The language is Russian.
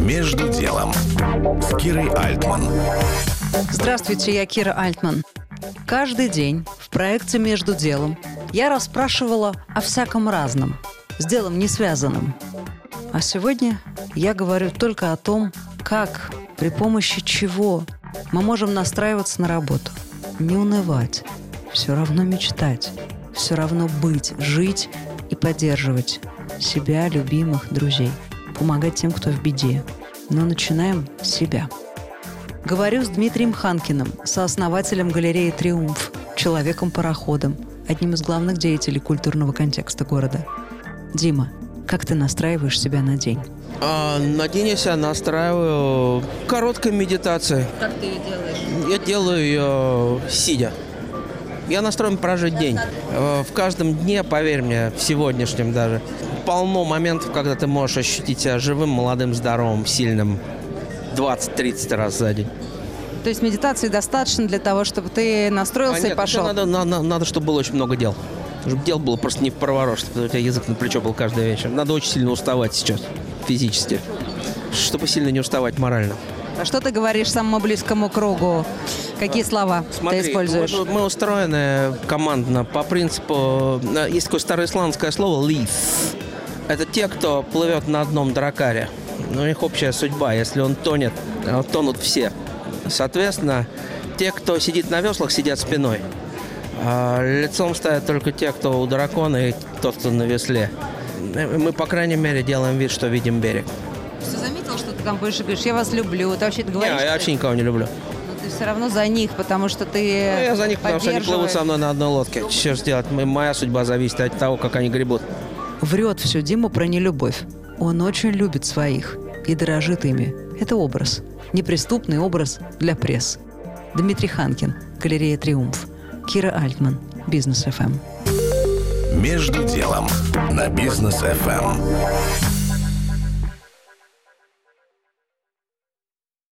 «Между делом» с Кирой Альтман. Здравствуйте, я Кира Альтман. Каждый день в проекте «Между делом» я расспрашивала о всяком разном, с делом не связанным. А сегодня я говорю только о том, как, при помощи чего мы можем настраиваться на работу, не унывать, все равно мечтать, все равно быть, жить и поддерживать себя, любимых, друзей, помогать тем, кто в беде. Но начинаем с себя. Говорю с Дмитрием Ханкиным, сооснователем галереи «Триумф», человеком-пароходом, одним из главных деятелей культурного контекста города. Дима, как ты настраиваешь себя на день? На день я себя настраиваю короткой медитацией. Как ты ее делаешь? Я делаю ее сидя. Я настроен прожить день. В каждом дне, поверь мне, в сегодняшнем даже, полно моментов, когда ты можешь ощутить себя живым, молодым, здоровым, сильным 20-30 раз за день. То есть медитации достаточно для того, чтобы ты настроился и пошел? Надо, чтобы было очень много дел. Чтобы дел было просто не в проворот, чтобы у тебя язык на плечо был каждый вечер. Надо очень сильно уставать сейчас физически, чтобы сильно не уставать морально. А что ты говоришь самому близкому кругу? Какие слова ты используешь? Мы устроены командно по принципу... Есть такое староисландское слово «leaf». Это те, кто плывет на одном дракаре. У них общая судьба. Если он тонет, тонут все. Соответственно, те, кто сидит на веслах, сидят спиной. Лицом стоят только те, кто у дракона, и тот, кто на весле. Мы, по крайней мере, делаем вид, что видим берег. Ты заметил, что ты там больше говоришь, я вас люблю? Ты вообще это говоришь? Я вообще никого не люблю. Но ты все равно за них, потому что ты Я за них, потому что они плывут со мной на одной лодке. Что ж делать? Моя судьба зависит от того, как они гребут. Врет все Дима про нелюбовь. Он очень любит своих и дорожит ими. Это образ. Неприступный образ для прессы. Дмитрий Ханкин, галерея «Триумф». Кира Альтман, Бизнес ФМ. «Между делом» на Бизнес ФМ.